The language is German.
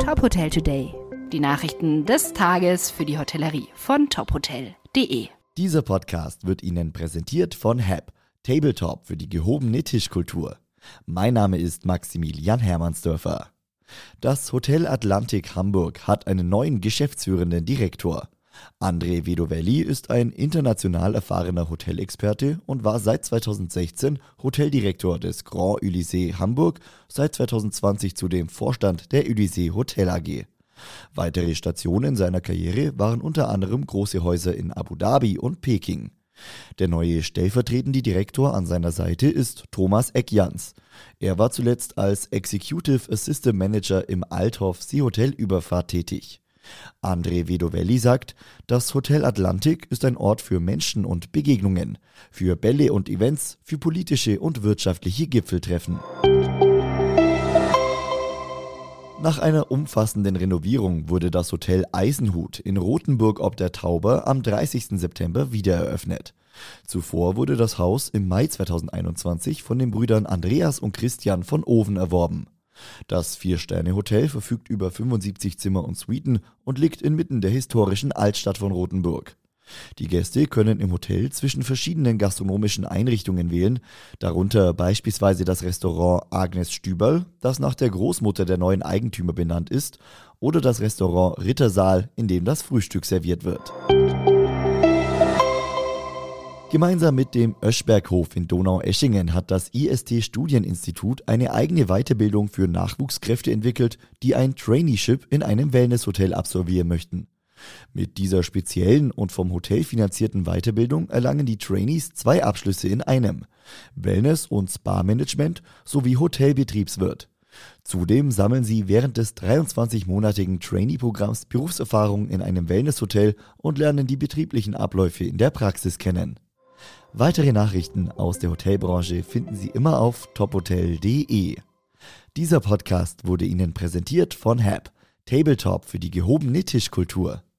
Top Hotel Today. Die Nachrichten des Tages für die Hotellerie von tophotel.de. Dieser Podcast wird Ihnen präsentiert von HAP, Tabletop für die gehobene Tischkultur. Mein Name ist Maximilian Hermannsdörfer. Das Hotel Atlantik Hamburg hat einen neuen geschäftsführenden Direktor. André Vedovelli ist ein international erfahrener Hotelexperte und war seit 2016 Hoteldirektor des Grand Elysée Hamburg, seit 2020 zudem Vorstand der Elysée Hotel AG. Weitere Stationen seiner Karriere waren unter anderem große Häuser in Abu Dhabi und Peking. Der neue stellvertretende Direktor an seiner Seite ist Thomas Eck-Jans. Er war zuletzt als Executive Assistant Manager im Althoff Seehotel Überfahrt tätig. André Vedovelli sagt, das Hotel Atlantik ist ein Ort für Menschen und Begegnungen, für Bälle und Events, für politische und wirtschaftliche Gipfeltreffen. Nach einer umfassenden Renovierung wurde das Hotel Eisenhut in Rothenburg ob der Tauber am 30. September wiedereröffnet. Zuvor wurde das Haus im Mai 2021 von den Brüdern Andreas und Christian von Oven erworben. Das 4-Sterne-Hotel verfügt über 75 Zimmer und Suiten und liegt inmitten der historischen Altstadt von Rothenburg. Die Gäste können im Hotel zwischen verschiedenen gastronomischen Einrichtungen wählen, darunter beispielsweise das Restaurant Agnes Stüberl, das nach der Großmutter der neuen Eigentümer benannt ist, oder das Restaurant Rittersaal, in dem das Frühstück serviert wird. Gemeinsam mit dem Öschberghof in Donaueschingen hat das IST-Studieninstitut eine eigene Weiterbildung für Nachwuchskräfte entwickelt, die ein Traineeship in einem Wellnesshotel absolvieren möchten. Mit dieser speziellen und vom Hotel finanzierten Weiterbildung erlangen die Trainees 2 Abschlüsse in einem: Wellness- und Spa-Management sowie Hotelbetriebswirt. Zudem sammeln sie während des 23-monatigen Trainee-Programms Berufserfahrung in einem Wellnesshotel und lernen die betrieblichen Abläufe in der Praxis kennen. Weitere Nachrichten aus der Hotelbranche finden Sie immer auf tophotel.de. Dieser Podcast wurde Ihnen präsentiert von HAP, Tabletop für die gehobene Tischkultur.